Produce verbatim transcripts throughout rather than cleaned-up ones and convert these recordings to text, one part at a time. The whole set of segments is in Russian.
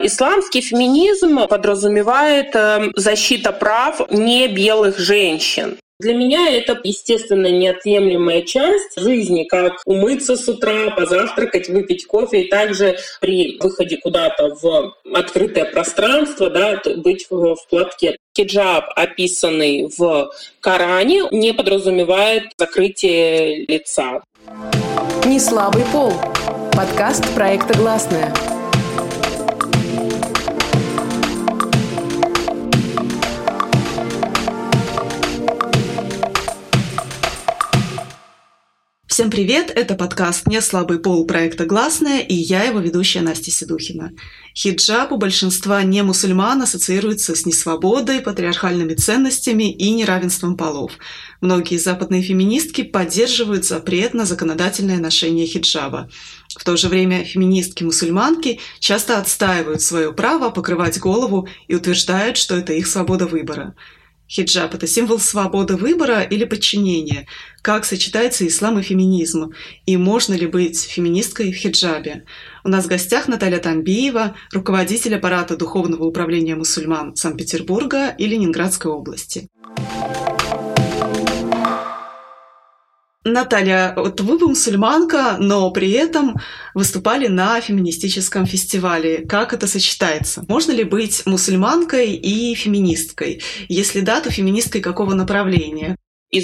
Исламский феминизм подразумевает защиту прав небелых женщин. Для меня это, естественно, неотъемлемая часть жизни, как умыться с утра, позавтракать, выпить кофе, и также при выходе куда-то в открытое пространство, да, быть в платке. Хиджаб, описанный в Коране, не подразумевает закрытие лица. Неслабый пол. Подкаст проекта «Гласная». Всем привет! Это подкаст «Неслабый пол» проекта «Гласная», и я его ведущая Настя Седухина. Хиджаб у большинства немусульман ассоциируется с несвободой, патриархальными ценностями и неравенством полов. Многие западные феминистки поддерживают запрет на законодательное ношение хиджаба. В то же время феминистки-мусульманки часто отстаивают свое право покрывать голову и утверждают, что это их свобода выбора. Хиджаб – это символ свободы выбора или подчинения? Как сочетается ислам и феминизм? И можно ли быть феминисткой в хиджабе? У нас в гостях Наталья Тамбиева, руководитель аппарата Духовного управления мусульман Санкт-Петербурга и Ленинградской области. Наталья, вот вы мусульманка, но при этом выступали на феминистическом фестивале. Как это сочетается? Можно ли быть мусульманкой и феминисткой? Если да, то феминисткой какого направления?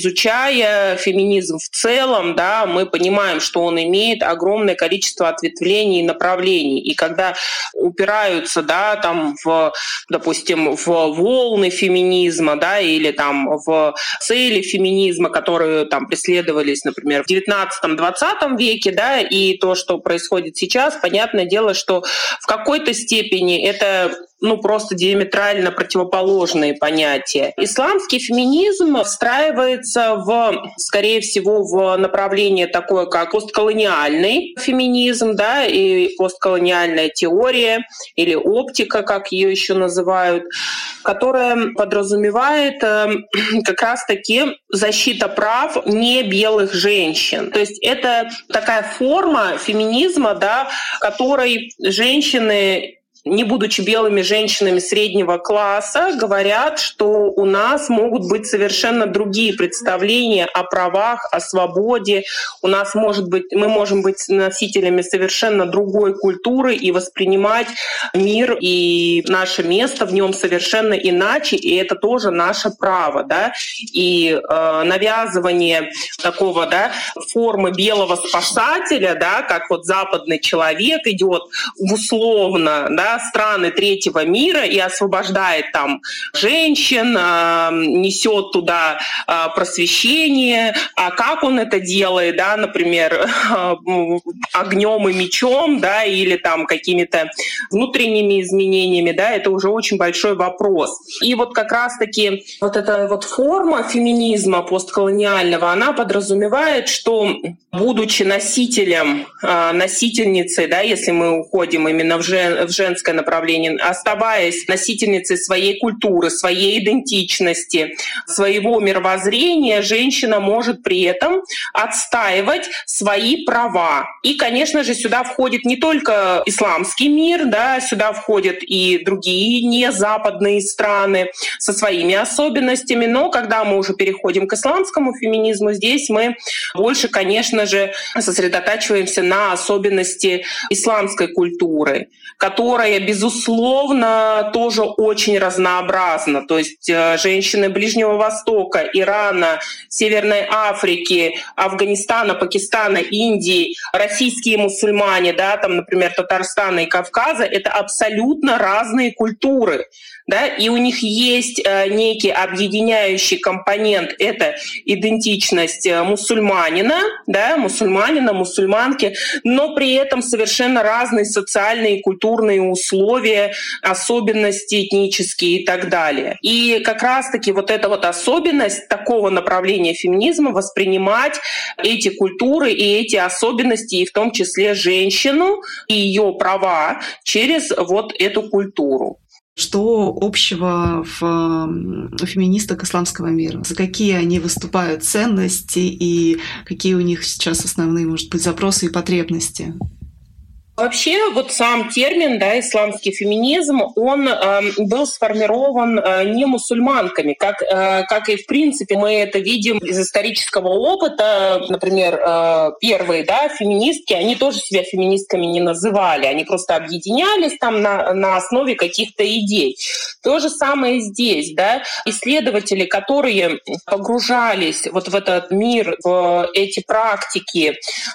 Изучая феминизм в целом, да, мы понимаем, что он имеет огромное количество ответвлений и направлений. И когда упираются, да, там в, допустим, в волны феминизма, да, или там в цели феминизма, которые там преследовались, например, в девятнадцатом-двадцатом веке, да, и то, что происходит сейчас, понятное дело, что в какой-то степени это ну, просто диаметрально противоположные понятия. Исламский феминизм встраивается в, скорее всего, в направление такое, как постколониальный феминизм, да, и постколониальная теория или оптика, как ее еще называют, которая подразумевает как раз-таки защита прав небелых женщин. То есть это такая форма феминизма, да, которой женщины, не будучи белыми женщинами среднего класса, говорят, что у нас могут быть совершенно другие представления о правах, о свободе. У нас может быть, мы можем быть носителями совершенно другой культуры и воспринимать мир и наше место в нем совершенно иначе, и это тоже наше право, да. И э, навязывание такого, да, формы белого спасателя, да, как вот западный человек идет в условно, да, страны третьего мира и освобождает там женщин, несет туда просвещение. А как он это делает, да, например, огнем и мечом, да, или там какими-то внутренними изменениями, да, это уже очень большой вопрос. И вот как раз-таки вот эта вот форма феминизма постколониального, она подразумевает, что, будучи носителем, носительницей, да, если мы уходим именно в, жен, в женское направление, оставаясь носительницей своей культуры, своей идентичности, своего мировоззрения, женщина может при этом отстаивать свои права. И, конечно же, сюда входит не только исламский мир, да, сюда входят и другие незападные страны со своими особенностями, но когда мы уже переходим к исламскому феминизму, здесь мы больше, конечно же, сосредотачиваемся на особенности исламской культуры, которая, безусловно, тоже очень разнообразна. То есть женщины Ближнего Востока, Ирана, Северной Африки, Афганистана, Пакистана, Индии, российские мусульмане, да, там, например, Татарстана и Кавказа — это абсолютно разные культуры. Да, и у них есть э, некий объединяющий компонент — это идентичность мусульманина, да, мусульманина, мусульманки, но при этом совершенно разные социальные и культурные условия, особенности этнические и так далее. И как раз-таки вот эта вот особенность такого направления феминизма — воспринимать эти культуры и эти особенности, и в том числе женщину и ее права через вот эту культуру. Что общего в феминисток исламского мира? За какие они выступают ценности и какие у них сейчас основные, может быть, запросы и потребности? Вообще, вот сам термин, да, исламский феминизм, он э, был сформирован э, не мусульманками, как, э, как и в принципе мы это видим из исторического опыта. Например, э, первые, да, феминистки, они тоже себя феминистками не называли, они просто объединялись там на, на основе каких-то идей. То же самое и здесь, да, исследователи, которые погружались вот в этот мир, в эти практики э,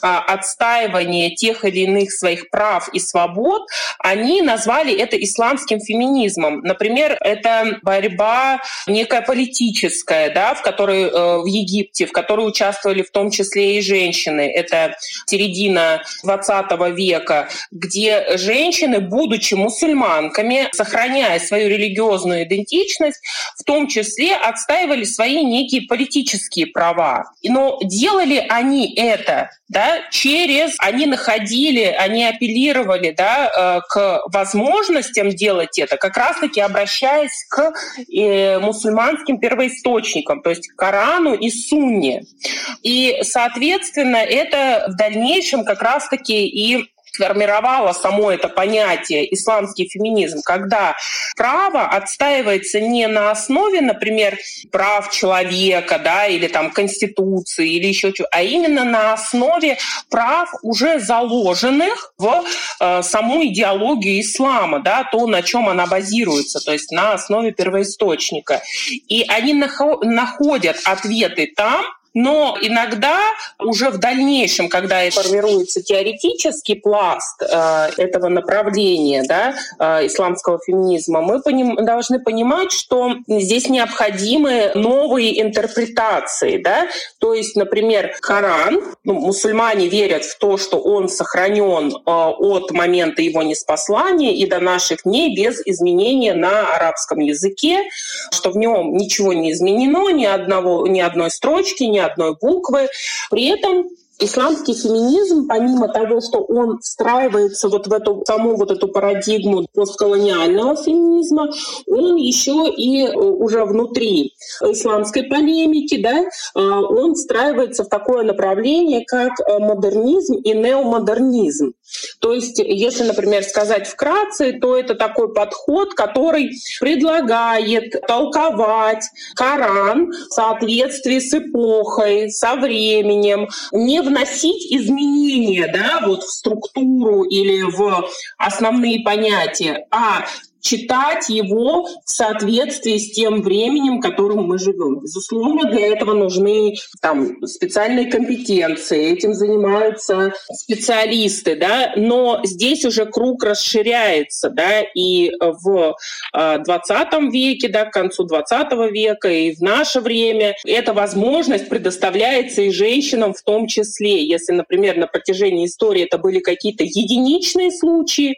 отстаивания тех или иных своих прав и свобод, они назвали это исламским феминизмом. Например, это борьба некая политическая, да, в которой э, в Египте, в которой участвовали в том числе и женщины. Это середина двадцатого века, где женщины, будучи мусульманками, сохраняя свою религиозную идентичность, в том числе отстаивали свои некие политические права. Но делали они это, да, через... Они находили, они апеллировали, да, к возможностям делать это, как раз-таки обращаясь к э, мусульманским первоисточникам, то есть к Корану и Сунне. И, соответственно, это в дальнейшем как раз-таки и сформировало само это понятие исламский феминизм, когда право отстаивается не на основе, например, прав человека, да, или там конституции, или еще чего, а именно на основе прав, уже заложенных в э, саму идеологию ислама, да, то, на чем она базируется, то есть на основе первоисточника. И они нахо- находят ответы там, но иногда уже в дальнейшем, когда формируется теоретический пласт э, этого направления, да, э, исламского феминизма, мы поним, должны понимать, что здесь необходимы новые интерпретации. Да? То есть, например, Коран, ну, мусульмане верят в то, что он сохранен э, от момента его ниспослания и до наших дней без изменения на арабском языке, что в нем ничего не изменено, ни, одного, ни одной строчки, ни одной буквы. При этом исламский феминизм, помимо того, что он встраивается вот в эту саму вот эту парадигму постколониального феминизма, он еще и уже внутри исламской полемики, да, он встраивается в такое направление, как модернизм и неомодернизм. То есть, если, например, сказать вкратце, то это такой подход, который предлагает толковать Коран в соответствии с эпохой, со временем, не вносить изменения, да, вот в структуру или в основные понятия, а читать его в соответствии с тем временем, в котором мы живем. Безусловно, для этого нужны там специальные компетенции, этим занимаются специалисты, да, но здесь уже круг расширяется, да, и в двадцатом веке, да, к концу двадцатого века и в наше время эта возможность предоставляется и женщинам в том числе. Если, например, на протяжении истории это были какие-то единичные случаи,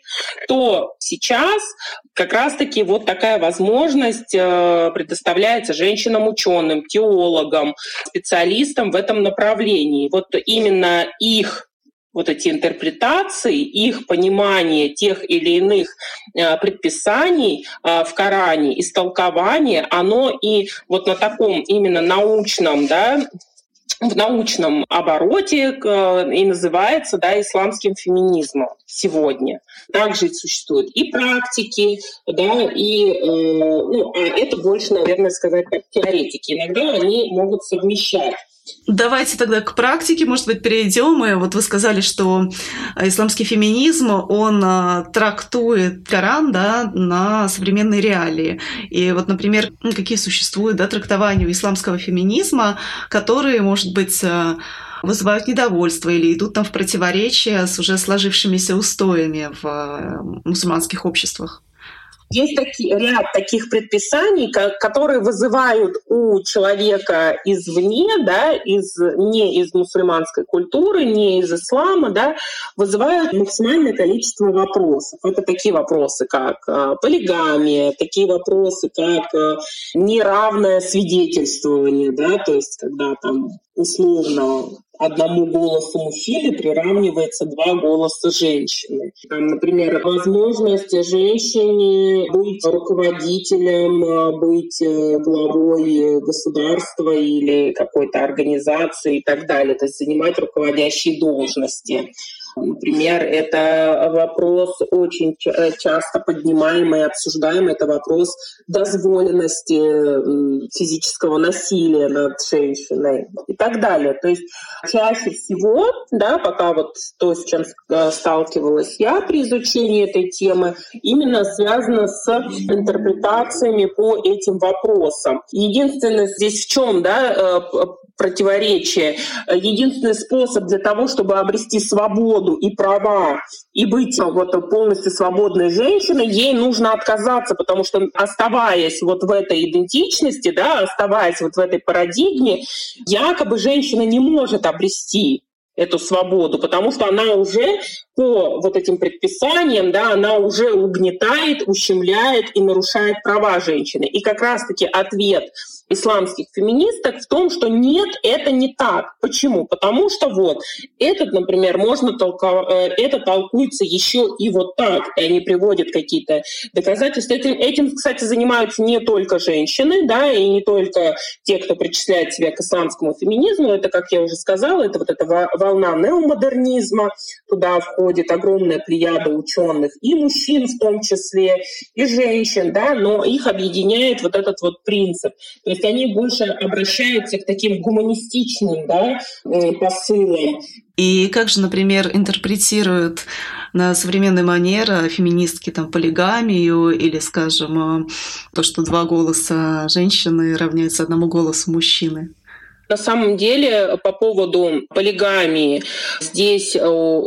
то сейчас как раз-таки вот такая возможность предоставляется женщинам-ученым, теологам, специалистам в этом направлении. Вот именно их вот эти интерпретации, их понимание тех или иных предписаний в Коране, истолкование, оно и вот на таком именно научном, да, в научном обороте и называется, да, исламским феминизмом сегодня. Также существуют и практики, да, и э, ну, а это больше, наверное, сказать как теоретики. Иногда они могут совмещать. Давайте тогда к практике, может быть, перейдем. И вот вы сказали, что исламский феминизм, он трактует Коран, да, на современные реалии. И вот, например, какие существуют, да, трактования у исламского феминизма, которые, может быть, вызывают недовольство или идут там в противоречие с уже сложившимися устоями в мусульманских обществах? Есть таки, ряд таких предписаний, которые вызывают у человека извне, да, из, не из мусульманской культуры, не из ислама, да, вызывают максимальное количество вопросов. Это такие вопросы, как полигамия, такие вопросы, как неравное свидетельствование, да, то есть когда там условно одному голосу мужчины приравнивается два голоса женщины. Там, например, возможность женщине быть руководителем, быть главой государства или какой-то организации и так далее, то есть занимать руководящие должности. Например, это вопрос очень часто поднимаемый и обсуждаемый, это вопрос дозволенности физического насилия над женщиной и так далее. То есть чаще всего, да, пока вот то, с чем сталкивалась я при изучении этой темы, именно связано с интерпретациями по этим вопросам. Единственное здесь в чем, да, противоречие. Единственный способ для того, чтобы обрести свободу и права и быть вот полностью свободной женщиной, ей нужно отказаться, потому что, оставаясь вот в этой идентичности, да, оставаясь вот в этой парадигме, якобы женщина не может обрести эту свободу, потому что она уже по вот этим предписаниям, да, она уже угнетает, ущемляет и нарушает права женщины. И как раз-таки ответ исламских феминисток в том, что нет, это не так. Почему? Потому что вот этот, например, можно толковать, это толкуется еще и вот так, и они приводят какие-то доказательства. Этим, этим, кстати, занимаются не только женщины, да, и не только те, кто причисляет себя к исламскому феминизму. Это, как я уже сказала, это вот эта волна неомодернизма, туда входит огромная плеяда ученых, и мужчин в том числе, и женщин, да, но их объединяет вот этот вот принцип. То есть они больше обращаются к таким гуманистичным, да, посылам. И как же, например, интерпретируют на современный манер феминистки там полигамию или, скажем, то, что два голоса женщины равняются одному голосу мужчины? На самом деле, по поводу полигамии здесь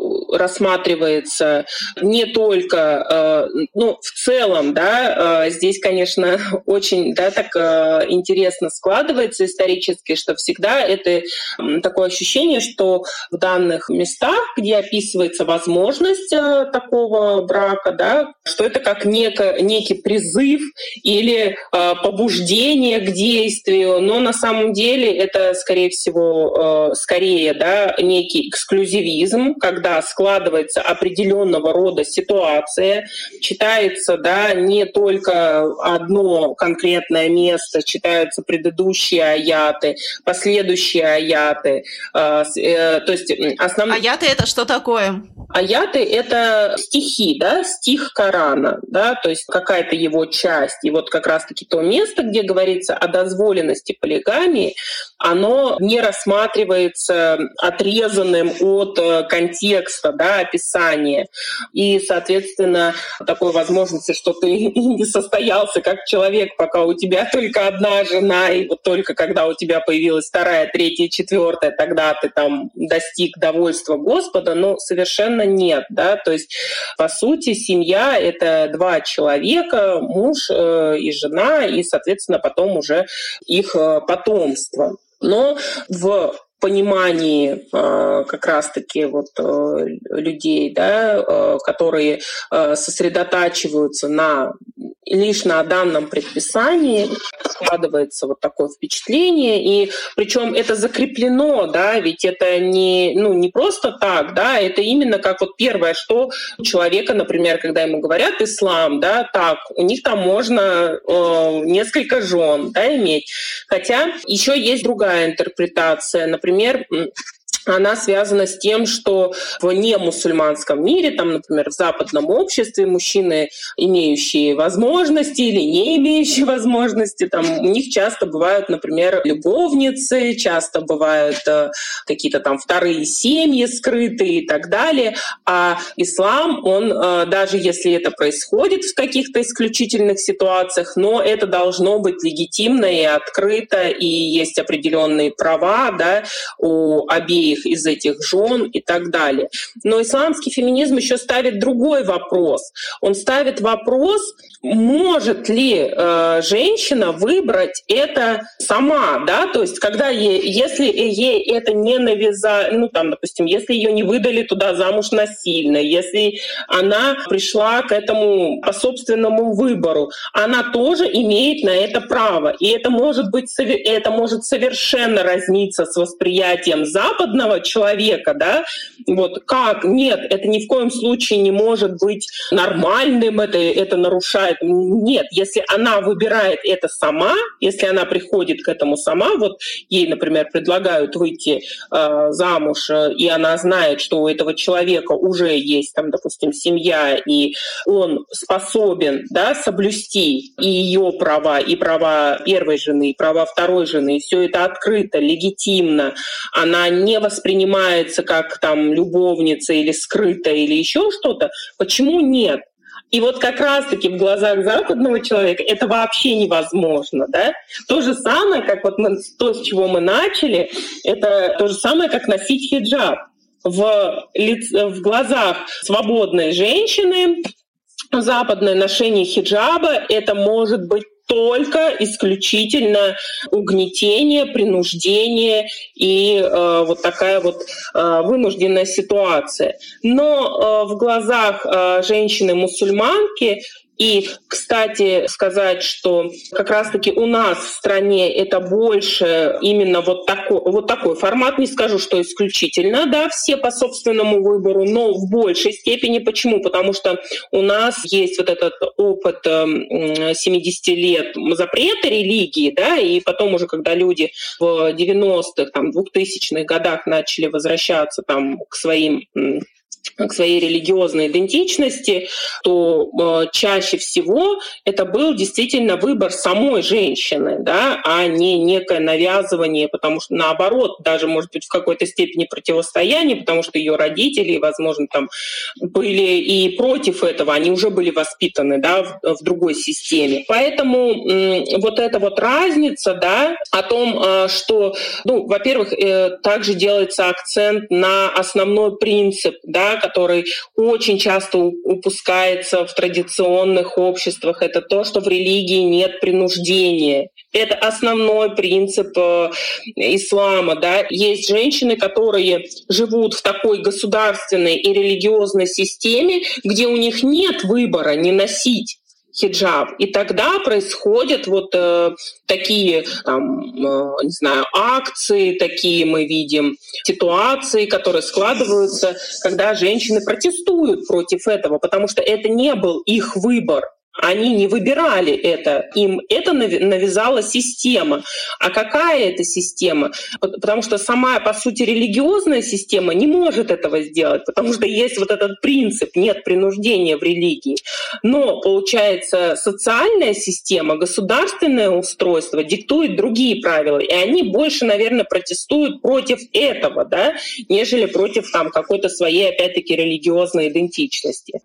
рассматривается не только, ну, в целом, да, здесь, конечно, очень, да, так интересно складывается исторически, что всегда это такое ощущение, что в данных местах, где описывается возможность такого брака, да, что это как неко, некий призыв или побуждение к действию, но на самом деле это скорее всего, скорее, да, некий эксклюзивизм, когда складывается определенного рода ситуация, читается, да, не только одно конкретное место, читаются предыдущие аяты, последующие аяты. То есть основ... Аяты — это что такое? Аяты — это стихи, да, стих Корана, да, то есть какая-то его часть. И вот как раз-таки то место, где говорится о дозволенности полигамии, оно не рассматривается отрезанным от контекста, да, описания. И, соответственно, такой возможности, что ты не состоялся как человек, пока у тебя только одна жена, и вот только когда у тебя появилась вторая, третья, четвертая, тогда ты там достиг довольства Господа, но совершенно нет, да, то есть, по сути, семья — это два человека, муж и жена, и, соответственно, потом уже их потомство. Но в понимании э, как раз-таки вот, э, людей, да, э, которые э, сосредотачиваются на, лишь на данном предписании, складывается вот такое впечатление, и причем это закреплено, да, ведь это не, ну, не просто так, да, это именно как вот первое, что у человека, например, когда ему говорят ислам, да, так, у них там можно э, несколько жен, да, иметь. Хотя еще есть другая интерпретация, например, Например, она связана с тем, что в немусульманском мире, там, например, в западном обществе мужчины, имеющие возможности или не имеющие возможности, там, у них часто бывают, например, любовницы, часто бывают э, какие-то там вторые семьи скрытые и так далее. А ислам, он, э, даже если это происходит в каких-то исключительных ситуациях, но это должно быть легитимно и открыто, и есть определенные права, да, у обеих из этих жен и так далее. Но исламский феминизм еще ставит другой вопрос. Он ставит вопрос, может ли э, женщина выбрать это сама, да, то есть когда ей, если ей это не навязали, ну там, допустим, если ее не выдали туда замуж насильно, если она пришла к этому по собственному выбору, она тоже имеет на это право, и это может быть, это может совершенно разниться с восприятием западного западного человека, да, вот как, нет, это ни в коем случае не может быть нормальным, это, это нарушает. Нет, если она выбирает это сама, если она приходит к этому сама, вот ей, например, предлагают выйти э, замуж, э, и она знает, что у этого человека уже есть, там, допустим, семья, и он способен, да, соблюсти и ее права, и права первой жены, и права второй жены, и все это открыто, легитимно, она не воспринимается как там любовница или скрыта или еще что-то, почему нет? И вот как раз-таки в глазах западного человека это вообще невозможно, да? То же самое, как вот мы, то, с чего мы начали, это то же самое, как носить хиджаб. В, лиц, в глазах свободной женщины западное ношение хиджаба — это может быть только исключительно угнетение, принуждение и э, вот такая вот э, вынужденная ситуация. Но э, в глазах э, женщины-мусульманки, и, кстати, сказать, что как раз-таки у нас в стране это больше именно вот такой, вот такой формат, не скажу, что исключительно, да, все по собственному выбору, но в большей степени. Почему? Потому что у нас есть вот этот опыт семидесяти лет запрета религии, да, и потом уже, когда люди в девяностых, там, двухтысячных годах начали возвращаться там к своим к своей религиозной идентичности, то э, чаще всего это был действительно выбор самой женщины, да, а не некое навязывание, потому что наоборот, даже, может быть, в какой-то степени противостояние, потому что ее родители, возможно, там были и против этого, они уже были воспитаны, да, в, в другой системе. Поэтому э, вот эта вот разница, да, о том, э, что, ну, во-первых, э, также делается акцент на основной принцип, да, который очень часто упускается в традиционных обществах, это то, что в религии нет принуждения. Это основной принцип э, ислама. Да? Есть женщины, которые живут в такой государственной и религиозной системе, где у них нет выбора не носить хиджаб. И тогда происходят вот э, такие, там, э, не знаю, акции, такие мы видим ситуации, которые складываются, когда женщины протестуют против этого, потому что это не был их выбор. Они не выбирали это, им это навязала система. А какая это система? Потому что сама, по сути, религиозная система не может этого сделать, потому что есть вот этот принцип, нет принуждения в религии. Но, получается, социальная система, государственное устройство диктует другие правила, и они больше, наверное, протестуют против этого, да, нежели против там, какой-то своей, опять-таки, религиозной идентичности.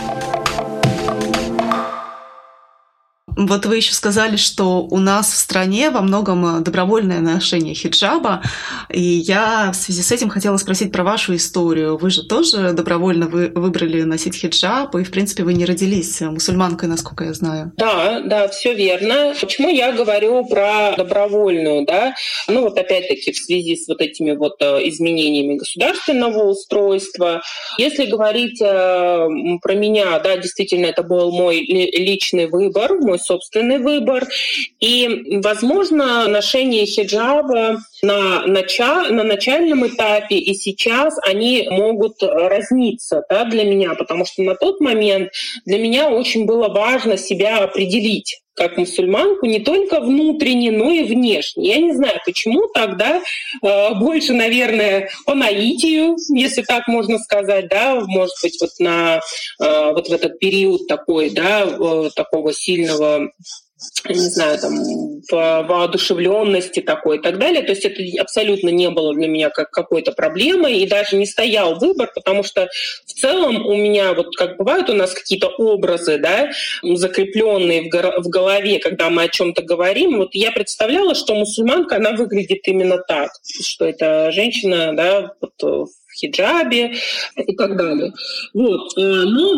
Вот вы еще сказали, что у нас в стране во многом добровольное ношение хиджаба, и я в связи с этим хотела спросить про вашу историю. Вы же тоже добровольно вы выбрали носить хиджаб, и, в принципе, вы не родились мусульманкой, насколько я знаю. Да, да, все верно. Почему я говорю про добровольную, да? Ну вот опять-таки в связи с вот этими вот изменениями государственного устройства. Если говорить э, про меня, да, действительно, это был мой личный выбор, мой собственный выбор. И, возможно, ношение хиджаба на, нача- на начальном этапе и сейчас они могут разниться, да, для меня, потому что на тот момент для меня очень было важно себя определить как мусульманку не только внутренне, но и внешне. Я не знаю, почему тогда э, больше, наверное, по наитию, если так можно сказать, да, может быть, вот на э, вот в этот период такой, да, э, такого сильного, не знаю, там, воодушевленности такой и так далее. То есть это абсолютно не было для меня как какой-то проблемой и даже не стоял выбор, потому что в целом у меня, вот как бывают у нас какие-то образы, да, закрепленные в, го- в голове, когда мы о чем-то говорим, вот я представляла, что мусульманка, она выглядит именно так, что это женщина, да, вот, в в хиджабе и так далее. Вот. Но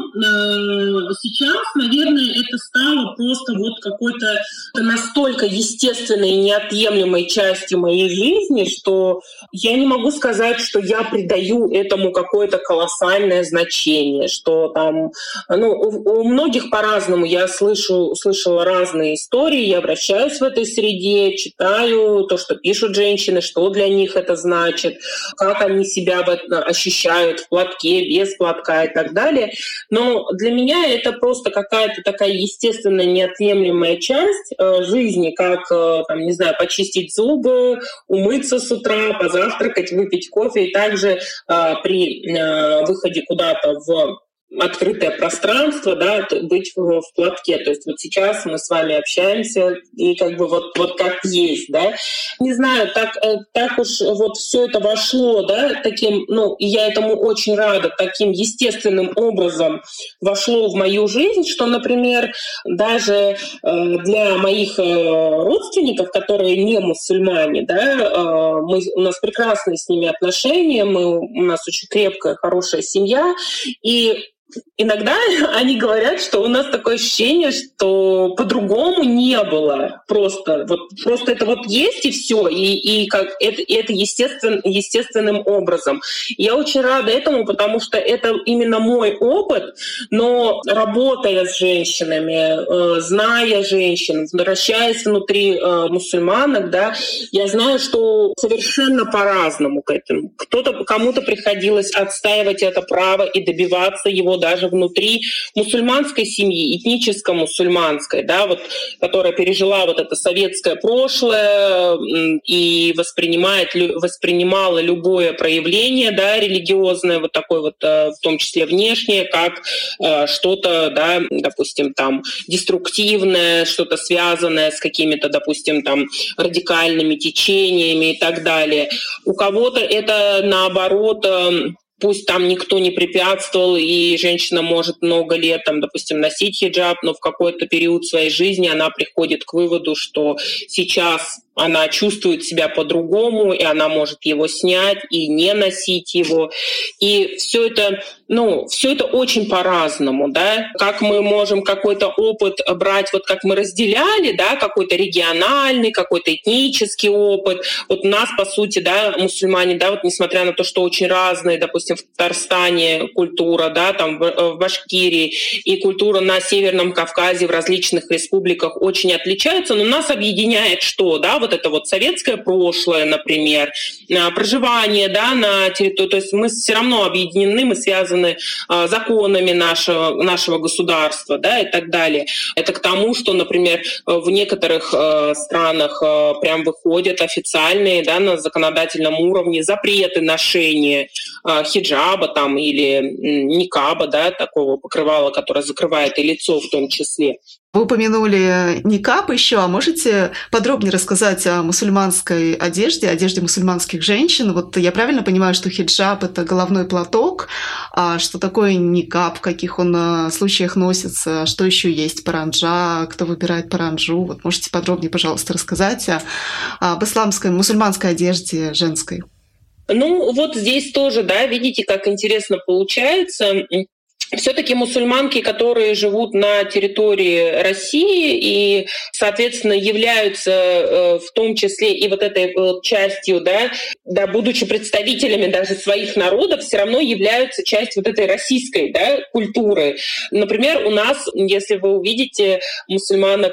сейчас, наверное, это стало просто вот какой-то настолько естественной и неотъемлемой частью моей жизни, что я не могу сказать, что я придаю этому какое-то колоссальное значение, что там, ну, у, у многих по-разному. Я слышу, слышала разные истории, я обращаюсь в этой среде, читаю то, что пишут женщины, что для них это значит, как они себя ощущают в платке, без платка и так далее. Но для меня это просто какая-то такая естественная, неотъемлемая часть э, жизни, как, э, там, не знаю, почистить зубы, умыться с утра, позавтракать, выпить кофе, и также э, при э, выходе куда-то в открытое пространство, да, быть в, в платке. То есть вот сейчас мы с вами общаемся, и как бы вот, вот как есть, да. Не знаю, так, так уж вот все это вошло, да, таким, ну, и я этому очень рада, таким естественным образом вошло в мою жизнь, что, например, даже для моих родственников, которые не мусульмане, да, мы, у нас прекрасные с ними отношения, мы, у нас очень крепкая, хорошая семья, и иногда они говорят, что у нас такое ощущение, что по-другому не было. Просто, вот, просто это вот есть и все, и, и как это, это естествен, естественным образом. Я очень рада этому, потому что это именно мой опыт, но работая с женщинами, э, зная женщин, вращаясь внутри э, мусульманок, да, я знаю, что совершенно по-разному к этому. Кто-то, кому-то приходилось отстаивать это право и добиваться его даже внутри мусульманской семьи, этническо-мусульманской, да, вот, которая пережила вот это советское прошлое и воспринимает, воспринимала любое проявление, да, религиозное, вот такое вот, в том числе внешнее, как что-то, да, допустим, там, деструктивное, что-то связанное с какими-то, допустим, там, радикальными течениями и так далее. У кого-то это, наоборот, пусть там никто не препятствовал, и женщина может много лет, там, допустим, носить хиджаб, но в какой-то период своей жизни она приходит к выводу, что сейчас она чувствует себя по-другому, и она может его снять и не носить его. И все это, ну, все это очень по-разному, да. Как мы можем какой-то опыт брать, вот как мы разделяли, да, какой-то региональный, какой-то этнический опыт. Вот у нас, по сути, да, мусульмане, да, вот несмотря на то, что очень разные, допустим, в Татарстане культура, да, там в Башкирии и культура на Северном Кавказе в различных республиках очень отличаются, но нас объединяет что, да, вот это вот советское прошлое, например, проживание, да, на территории, то есть мы все равно объединены, мы связаны законами нашего, нашего государства, да, и так далее. Это к тому, что, например, в некоторых странах прям выходят официальные, да, на законодательном уровне запреты ношения хиджаба там или никаба, да, такого покрывала, которое закрывает и лицо в том числе. Вы упомянули никаб еще, а можете подробнее рассказать о мусульманской одежде, одежде мусульманских женщин? Вот я правильно понимаю, что хиджаб – это головной платок, а что такое никаб, в каких он случаях носится, что еще есть паранджа, кто выбирает паранджу? Вот можете подробнее, пожалуйста, рассказать о, об исламской, мусульманской одежде женской? Ну, вот здесь тоже, да, видите, как интересно получается. Все-таки мусульманки, которые живут на территории России и, соответственно, являются в том числе и вот этой вот частью, да, да, будучи представителями даже своих народов, все равно являются частью вот этой российской, да, культуры. Например, у нас, если вы увидите мусульманок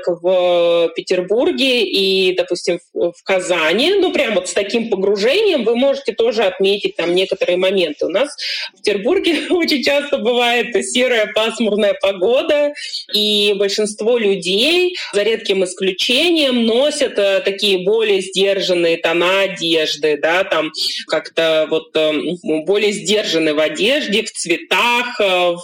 в Петербурге и, допустим, в Казани, ну, прям вот с таким погружением, вы можете тоже отметить там некоторые моменты. У нас в Петербурге очень часто бывает серая пасмурная погода, и большинство людей, за редким исключением, носят такие более сдержанные тона одежды, да, там как-то вот более сдержаны в одежде, в цветах,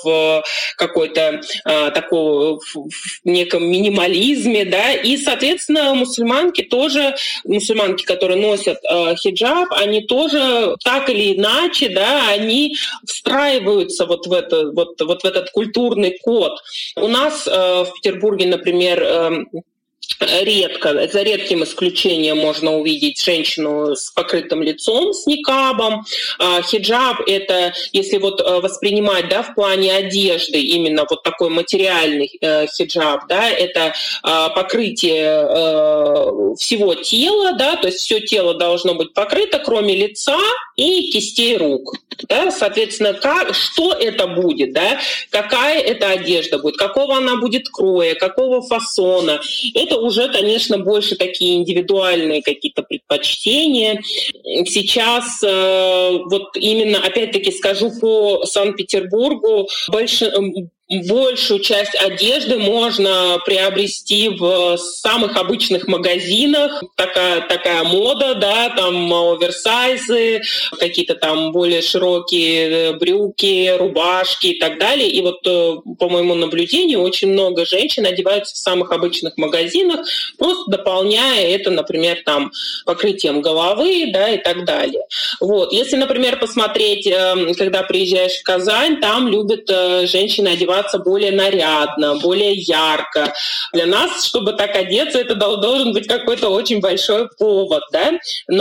в какой-то такой в неком минимализме, да, и, соответственно, мусульманки тоже, мусульманки, которые носят хиджаб, они тоже так или иначе, да, они встраиваются вот в это вот вот в этот культурный код. У нас э, в Петербурге, например, э, редко, за редким исключением можно увидеть женщину с покрытым лицом, с никабом. Хиджаб — это, если вот воспринимать, да, в плане одежды, именно вот такой материальный хиджаб, да, это покрытие всего тела, да, то есть все тело должно быть покрыто, кроме лица и кистей рук. Да, соответственно, как, что это будет, да, какая это одежда будет, какого она будет кроя, какого фасона. Это уже, конечно, больше такие индивидуальные какие-то предпочтения. Сейчас э, вот именно, опять-таки скажу, по Санкт-Петербургу больше... Большую часть одежды можно приобрести в самых обычных магазинах. Такая, такая мода, да, там оверсайзы, какие-то там более широкие брюки, рубашки и так далее. И вот по моему наблюдению очень много женщин одеваются в самых обычных магазинах, просто дополняя это, например, там покрытием головы, да, и так далее. Вот. Если, например, посмотреть, когда приезжаешь в Казань, там любят женщины одеваться более нарядно, более ярко. Для нас, чтобы так одеться, это должен быть какой-то очень большой повод, да?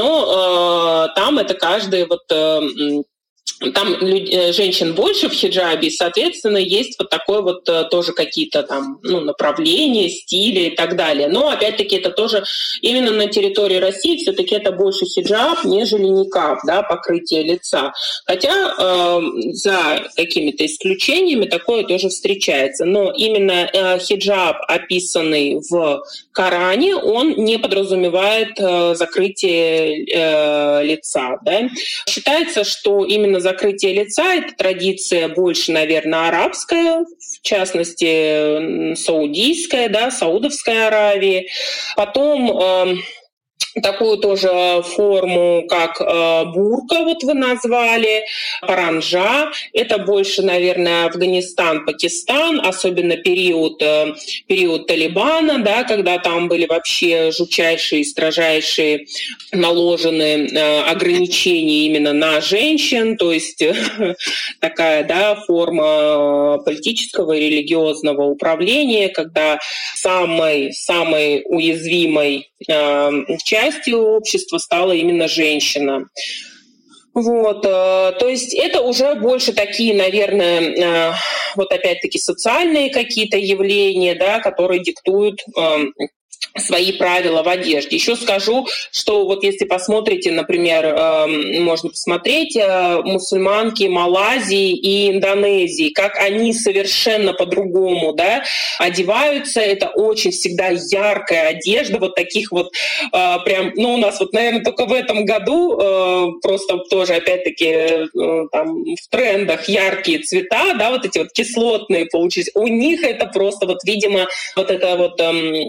Но э, там это каждый вот... Э, Там люд... женщин больше в хиджабе, и, соответственно, есть вот такое вот тоже какие-то там, ну, направления, стили и так далее. Но, опять-таки, это тоже именно на территории России все-таки это больше хиджаб, нежели никаб, да, покрытие лица. Хотя э, за какими-то исключениями такое тоже встречается. Но именно э, хиджаб, описанный в Коране, он не подразумевает э, закрытие э, лица. Да? Считается, что именно закрытие лица — это традиция больше, наверное, арабская, в частности, саудийская, да, Саудовской Аравии. Потом э, такую тоже форму, как э, бурка, вот вы назвали, паранджа. Это больше, наверное, Афганистан, Пакистан, особенно период, э, период Талибана, да, когда там были вообще жутчайшие, строжайшие наложены э, ограничения именно на женщин, то есть э, такая, да, форма политического и религиозного управления, когда самой, самой уязвимой э, частью общества стала именно женщина. Вот, э, то есть это уже больше такие, наверное, э, вот опять-таки социальные какие-то явления, да, которые диктуют э, свои правила в одежде. Еще скажу, что вот если посмотрите, например, можно посмотреть мусульманки Малайзии и Индонезии, как они совершенно по-другому, да, одеваются. Это очень всегда яркая одежда, вот таких вот прям, ну, у нас вот, наверное, только в этом году просто тоже, опять-таки, там в трендах яркие цвета, да, вот эти вот кислотные получились. У них это просто вот, видимо, вот это вот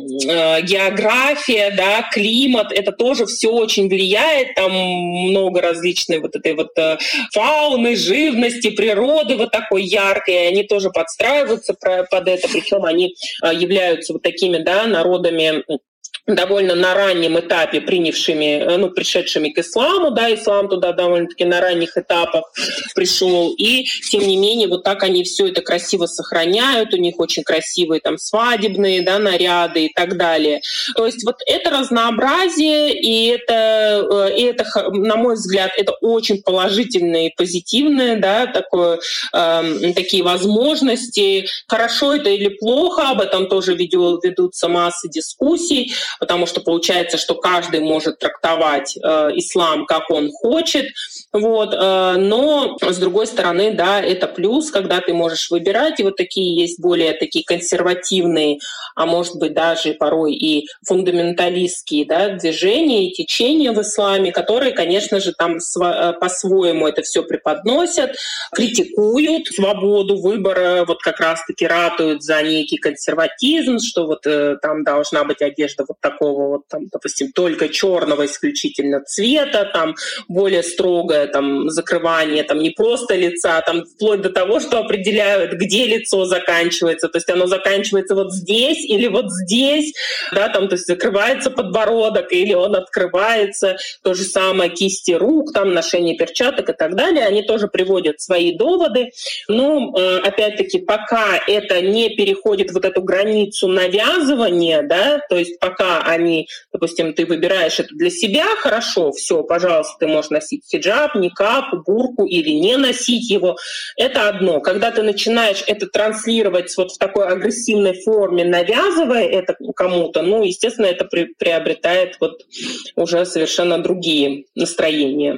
география, да, климат, это тоже все очень влияет, там много различной вот этой вот фауны, живности, природы вот такой яркой, и они тоже подстраиваются под это, причем они являются вот такими, да, народами довольно на раннем этапе принявшими, ну, пришедшими к исламу, да, ислам туда довольно-таки на ранних этапах пришел, и тем не менее вот так они все это красиво сохраняют, у них очень красивые там свадебные, да, наряды и так далее. То есть вот это разнообразие, и это, и это, на мой взгляд, это очень положительное и позитивное, да, такое, э, такие возможности. Хорошо это или плохо, об этом тоже ведутся массы дискуссий, потому что получается, что каждый может трактовать э, ислам, как он хочет. Вот, э, но, с другой стороны, да, это плюс, когда ты можешь выбирать, и вот такие есть более такие консервативные, а может быть даже порой и фундаменталистские, да, движения и течения в исламе, которые, конечно же, там св- по-своему это все преподносят, критикуют свободу выбора, вот как раз-таки ратуют за некий консерватизм, что вот э, там должна быть одежда вот такого вот, там, допустим, только черного исключительно цвета, там более строгое там закрывание, там не просто лица, там вплоть до того, что определяют, где лицо заканчивается, то есть оно заканчивается вот здесь или вот здесь, да, там, то есть закрывается подбородок или он открывается, то же самое кисти рук, там ношение перчаток и так далее, они тоже приводят свои доводы, но опять-таки пока это не переходит вот эту границу навязывания, да, то есть пока они, допустим, ты выбираешь это для себя, хорошо, все, пожалуйста, ты можешь носить хиджаб, никап, бурку или не носить его, это одно. Когда ты начинаешь это транслировать вот в такой агрессивной форме, навязывая это кому-то, ну, естественно, это при, приобретает вот уже совершенно другие настроения.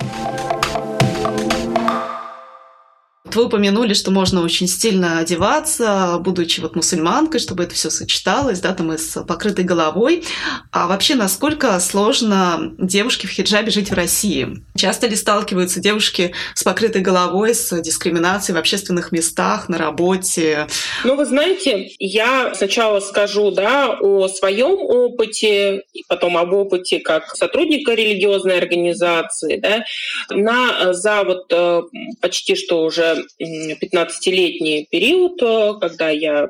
Вы упомянули, что можно очень стильно одеваться, будучи вот мусульманкой, чтобы это все сочеталось, да, там и с покрытой головой. А вообще, насколько сложно девушке в хиджабе жить в России? Часто ли сталкиваются девушки с покрытой головой, с дискриминацией в общественных местах, на работе? Ну, вы знаете, я сначала скажу, да, о своем опыте, и потом об опыте как сотрудника религиозной организации, да, на, за вот почти что уже пятнадцатилетний период, когда я,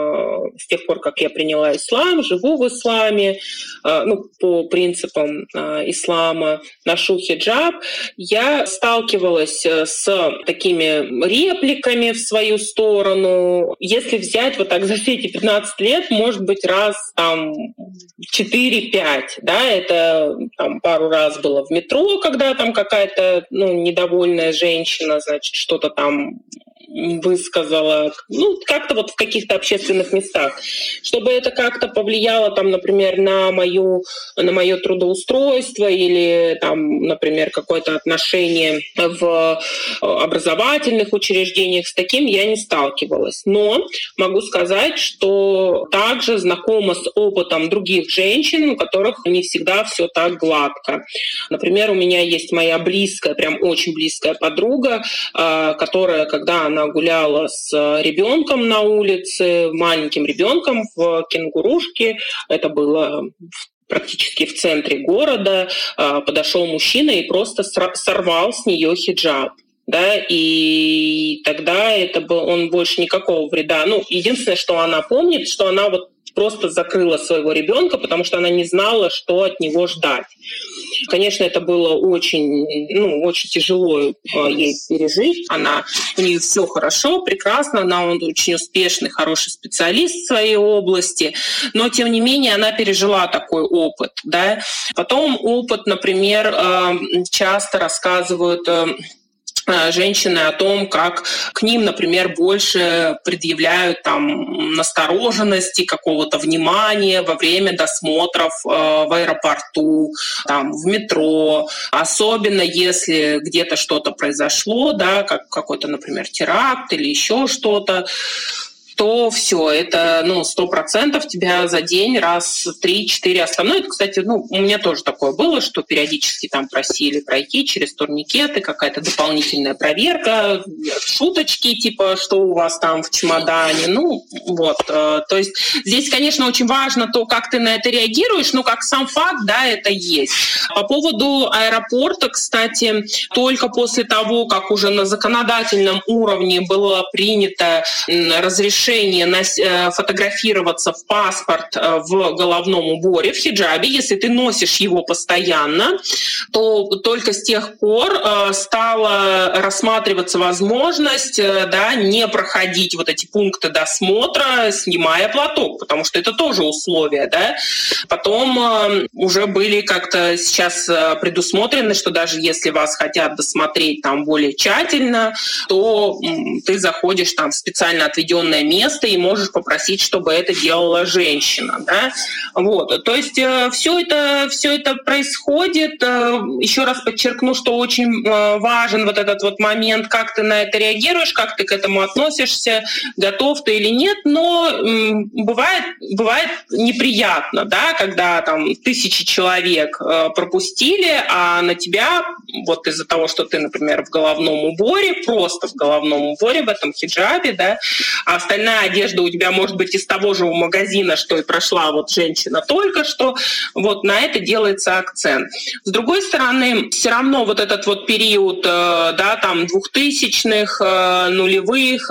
с тех пор, как я приняла ислам, живу в исламе, ну, по принципам ислама, ношу хиджаб, я сталкивалась с такими репликами в свою сторону. Если взять вот так за все эти пятнадцать лет, может быть, раз там четыре-пять, да, это там пару раз было в метро, когда там какая-то, ну, недовольная женщина, значит, что-то там высказала, ну, как-то вот в каких-то общественных местах, чтобы это как-то повлияло, там, например, на мою, на мое трудоустройство или, там, например, какое-то отношение в образовательных учреждениях, с таким я не сталкивалась. Но могу сказать, что также знакома с опытом других женщин, у которых не всегда все так гладко. Например, у меня есть моя близкая, прям очень близкая подруга, которая, когда она гуляла с ребенком на улице, маленьким ребенком в кенгурушке. Это было практически в центре города. Подошел мужчина и просто сорвал с нее хиджаб. Да, и тогда это был, он больше никакого вреда. Ну, единственное, что она помнит, что она вот просто закрыла своего ребенка, потому что она не знала, что от него ждать. Конечно, это было очень, ну, очень тяжело ей пережить. Она, у нее все хорошо, прекрасно, она очень успешный, хороший специалист в своей области, но, тем не менее, она пережила такой опыт. Да? Потом опыт, например, часто рассказывают женщины о том, как к ним, например, больше предъявляют там настороженности, какого-то внимания во время досмотров э, в аэропорту, там, в метро, особенно если где-то что-то произошло, да, как какой-то, например, теракт или еще что-то, то все, это, ну, сто процентов тебя за день раз три-четыре остановят. Ну, это, кстати, ну, у меня тоже такое было, что периодически там просили пройти через турникеты, какая-то дополнительная проверка, шуточки, типа, что у вас там в чемодане, ну, вот. То есть здесь, конечно, очень важно то, как ты на это реагируешь, но как сам факт, да, это есть. По поводу аэропорта, кстати, только после того, как уже на законодательном уровне было принято разрешение фотографироваться в паспорт в головном уборе, в хиджабе, если ты носишь его постоянно, то только с тех пор стала рассматриваться возможность, да, не проходить вот эти пункты досмотра, снимая платок, потому что это тоже условие. Да? Потом уже были как-то сейчас предусмотрены, что даже если вас хотят досмотреть там более тщательно, то ты заходишь там в специально отведенное место, место и можешь попросить, чтобы это делала женщина. Да? Вот. То есть э, все это, все это происходит. Э, еще раз подчеркну, что очень э, важен вот этот вот момент, как ты на это реагируешь, как ты к этому относишься, готов ты или нет. Но э, бывает, бывает неприятно, да, когда там тысячи человек э, пропустили, а на тебя вот из-за того, что ты, например, в головном уборе, просто в головном уборе, в этом хиджабе, да, а остальные остальная одежда у тебя может быть из того же магазина, что и прошла вот женщина только что. Вот на это делается акцент. С другой стороны, все равно вот этот вот период, да, там двухтысячных, нулевых,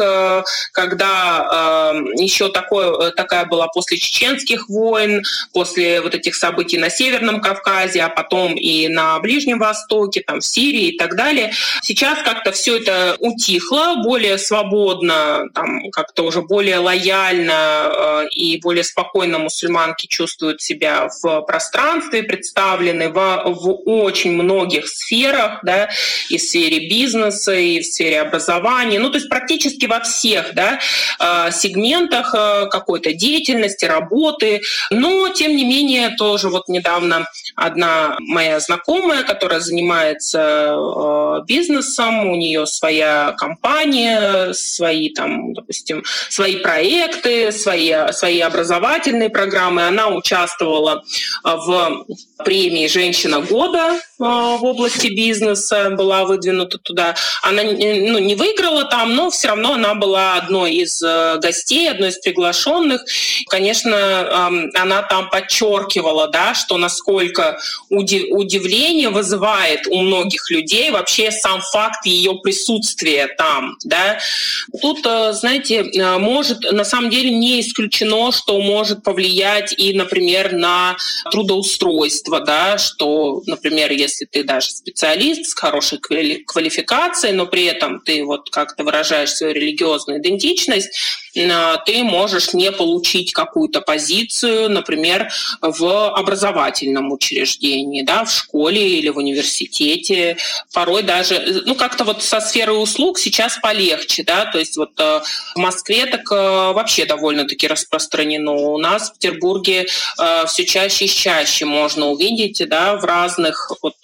когда еще такое, такая была после чеченских войн, после вот этих событий на Северном Кавказе, а потом и на Ближнем Востоке, там в Сирии и так далее. Сейчас как-то все это утихло, более свободно, там как-то уже более лояльно и более спокойно мусульманки чувствуют себя в пространстве, представлены в, в очень многих сферах, да, и в сфере бизнеса, и в сфере образования, ну то есть практически во всех, да, сегментах какой-то деятельности, работы. Но тем не менее тоже вот недавно одна моя знакомая, которая занимается бизнесом, у нее своя компания, свои там, допустим, свои проекты, свои, свои образовательные программы. Она участвовала в премии «Женщина года» в области бизнеса, была выдвинута туда. Она ну, не выиграла там, но все равно она была одной из гостей, одной из приглашенных. Конечно, она там подчеркивала, да, что насколько удивление вызывает у многих людей вообще сам факт ее присутствия там. Да. Тут, знаете, может, на самом деле не исключено, что может повлиять и, например, на трудоустройство, да, что, например, если ты даже специалист с хорошей квалификацией, но при этом ты вот как-то выражаешь свою религиозную идентичность, ты можешь не получить какую-то позицию, например, в образовательном учреждении, да, в школе или в университете. Порой даже, ну, как-то вот со сферой услуг сейчас полегче, да, то есть вот в Москве так вообще довольно-таки распространено. У нас в Петербурге все чаще и чаще можно увидеть, да, в разных вот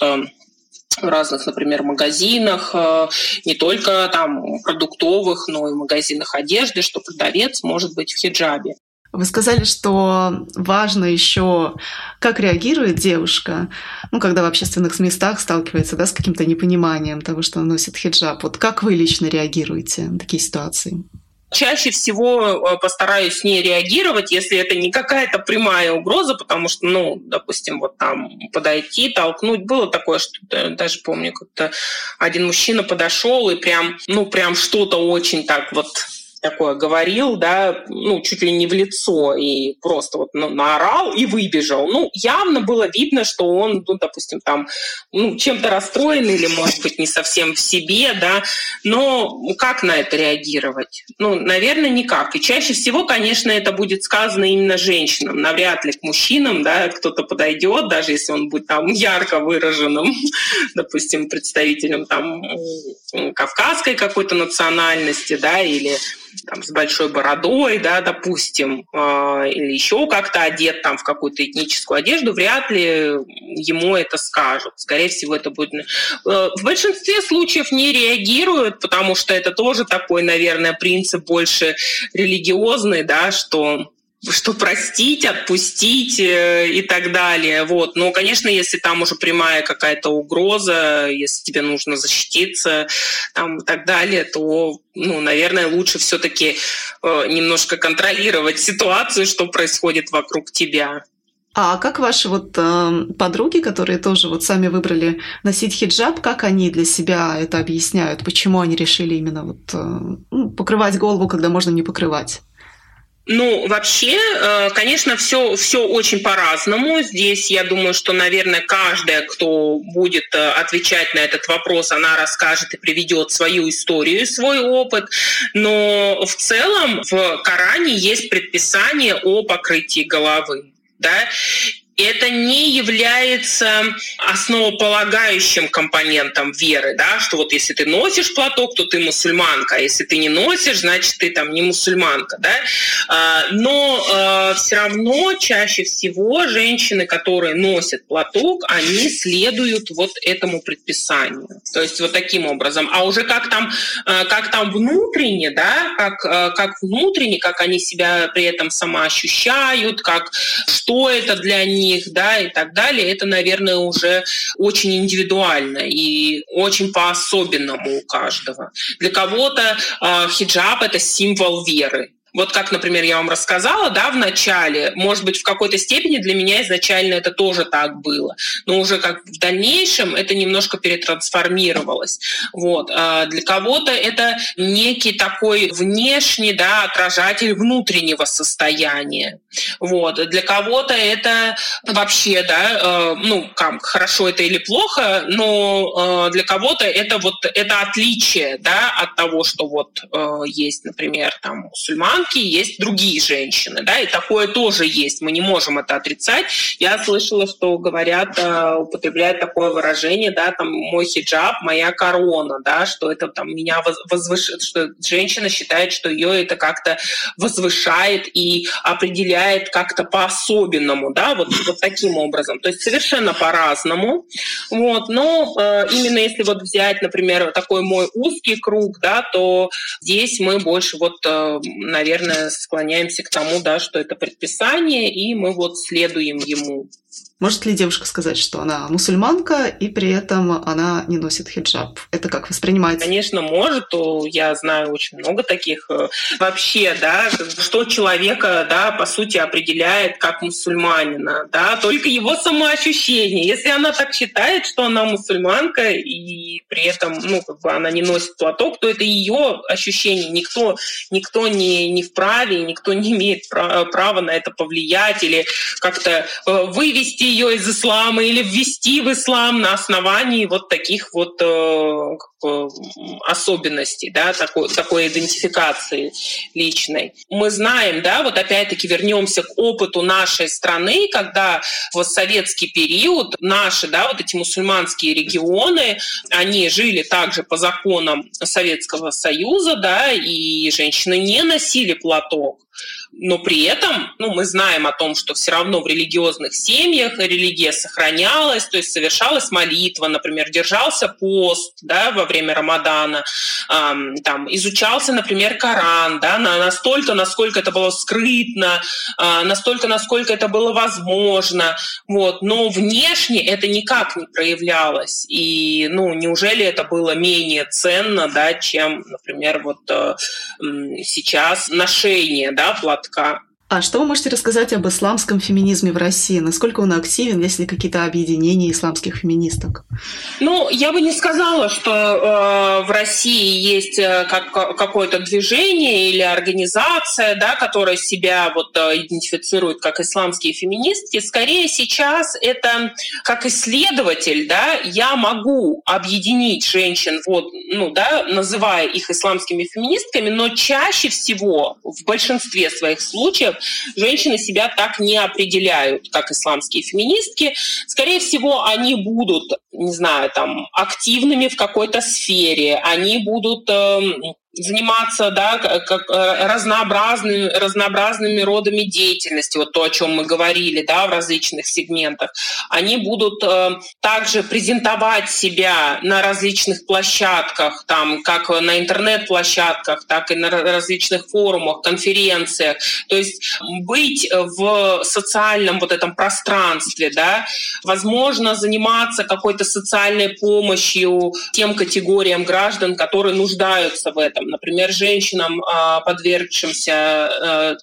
в разных, например, магазинах, не только там продуктовых, но и магазинах одежды, что продавец может быть в хиджабе. Вы сказали, что важно еще, как реагирует девушка, ну, когда в общественных местах сталкивается, да, с каким-то непониманием того, что она носит хиджаб. Вот как вы лично реагируете на такие ситуации? Чаще всего постараюсь не реагировать, если это не какая-то прямая угроза, потому что, ну, допустим, вот там подойти, толкнуть. Было такое, что даже помню, как-то один мужчина подошел и прям, ну, прям что-то очень так вот такое говорил, да, ну, чуть ли не в лицо, и просто вот ну, наорал и выбежал. Ну, явно было видно, что он, ну, допустим, там, ну, чем-то расстроен или, может быть, не совсем в себе, да, но как на это реагировать? Ну, наверное, никак. И чаще всего, конечно, это будет сказано именно женщинам, навряд ли к мужчинам, да, кто-то подойдет, даже если он будет там ярко выраженным, допустим, представителем там кавказской какой-то национальности, да, или там, с большой бородой, да, допустим, э, или еще как-то одет там в какую-то этническую одежду, вряд ли ему это скажут. Скорее всего, это будет... Э, в большинстве случаев не реагируют, потому что это тоже такой, наверное, принцип больше религиозный, да, что... что простить, отпустить и так далее. Вот. Но, конечно, если там уже прямая какая-то угроза, если тебе нужно защититься там, и так далее, то, ну, наверное, лучше все-таки э, немножко контролировать ситуацию, что происходит вокруг тебя. А как ваши вот э, подруги, которые тоже вот сами выбрали носить хиджаб, как они для себя это объясняют? Почему они решили именно вот, э, ну, покрывать голову, когда можно не покрывать? Ну, вообще, конечно, все, все очень по-разному. Здесь, я думаю, что, наверное, каждая, кто будет отвечать на этот вопрос, она расскажет и приведет свою историю, свой опыт. Но в целом в Коране есть предписание о покрытии головы. Да? Это не является основополагающим компонентом веры, да, что вот если ты носишь платок, то ты мусульманка, а если ты не носишь, значит, ты там не мусульманка, да. Но все равно чаще всего женщины, которые носят платок, они следуют вот этому предписанию. То есть вот таким образом. А уже как там, как там внутренне, да, как, как внутренне, как они себя при этом самоощущают, как, что это для них, да, и так далее, это, наверное, уже очень индивидуально и очень по-особенному у каждого. Для кого-то э, хиджаб — это символ веры. Вот как, например, я вам рассказала, да, в начале, может быть, в какой-то степени для меня изначально это тоже так было, но уже как в дальнейшем это немножко перетрансформировалось. Вот. А для кого-то это некий такой внешний, да, отражатель внутреннего состояния. Вот. Для кого-то это вообще, да, ну, как, хорошо это или плохо, но для кого-то это вот это отличие, да, от того, что вот есть, например, там мусульман, есть другие женщины, да, и такое тоже есть, мы не можем это отрицать. Я слышала, что говорят, употребляют такое выражение, да, там, мой хиджаб, моя корона, да, что это там меня возвышает, что женщина считает, что ее это как-то возвышает и определяет как-то по-особенному, да, вот, вот таким образом. То есть совершенно по-разному, вот, но э, именно если вот взять, например, такой мой узкий круг, да, то здесь мы больше вот, э, наверное, наверное, склоняемся к тому, да, что это предписание, и мы вот следуем ему. Может ли девушка сказать, что она мусульманка, и при этом она не носит хиджаб? Это как воспринимается? Конечно, может. Я знаю очень много таких. Вообще, да, что человека, да, по сути, определяет как мусульманина, да, только его самоощущение. Если она так считает, что она мусульманка, и при этом, ну, как бы она не носит платок, то это ее ощущение. Никто, никто не, не вправе, никто не имеет права на это повлиять или как-то вывести ее из ислама или ввести в ислам на основании вот таких вот э, особенностей, да, такой, такой идентификации личной. Мы знаем, да, вот опять-таки вернемся к опыту нашей страны, когда в советский период наши, да, вот эти мусульманские регионы, они жили также по законам Советского Союза, да, и женщины не носили платок. Но при этом, ну, мы знаем о том, что все равно в религиозных семьях религия сохранялась, то есть совершалась молитва, например, держался пост, да, во время Рамадана, эм, там, изучался, например, Коран, да, настолько, насколько это было скрытно, э, настолько, насколько это было возможно, вот, но внешне это никак не проявлялось. И, ну, неужели это было менее ценно, да, чем, например, вот э, сейчас ношение, да, платка? А что вы можете рассказать об исламском феминизме в России? Насколько он активен, есть ли какие-то объединения исламских феминисток? Ну, я бы не сказала, что э, в России есть э, как, какое-то движение или организация, да, которая себя вот, э, идентифицирует как исламские феминистки. Скорее сейчас это как исследователь, да, я могу объединить женщин, вот, ну, да, называя их исламскими феминистками, но чаще всего, в большинстве своих случаев, женщины себя так не определяют, как исламские феминистки. Скорее всего, они будут, не знаю, там, активными в какой-то сфере, они будут э, заниматься, да, как, разнообразными, разнообразными родами деятельности, вот то, о чем мы говорили, да, в различных сегментах. Они будут э, также презентовать себя на различных площадках, там, как на интернет-площадках, так и на различных форумах, конференциях. То есть быть в социальном вот этом пространстве, да, возможно, заниматься какой-то социальной помощью тем категориям граждан, которые нуждаются в этом. Например, женщинам, подвергшимся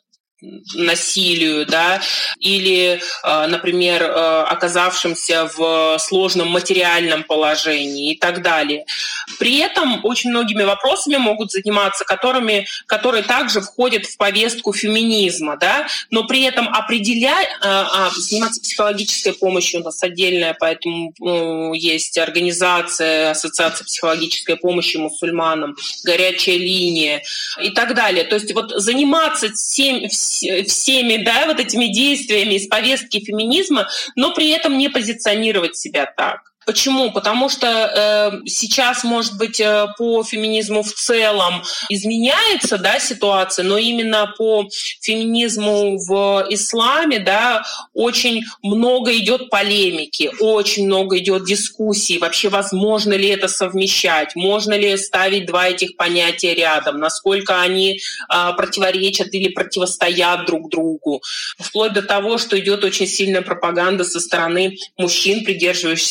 насилию, да, или, например, оказавшимся в сложном материальном положении и так далее. При этом очень многими вопросами могут заниматься, которыми, которые также входят в повестку феминизма, да, но при этом определять, заниматься психологической помощью у нас отдельная, поэтому ну, есть организация, ассоциация психологической помощи мусульманам, горячая линия и так далее. То есть вот заниматься всем, всеми, да, вот этими действиями из повестки феминизма, но при этом не позиционировать себя так. Почему? Потому что э, сейчас, может быть, э, по феминизму в целом изменяется, да, ситуация, но именно по феминизму в исламе, да, очень много идет полемики, очень много идет дискуссий. Вообще, возможно ли это совмещать? Можно ли ставить два этих понятия рядом? Насколько они э, противоречат или противостоят друг другу? Вплоть до того, что идет очень сильная пропаганда со стороны мужчин, придерживающихся вот таких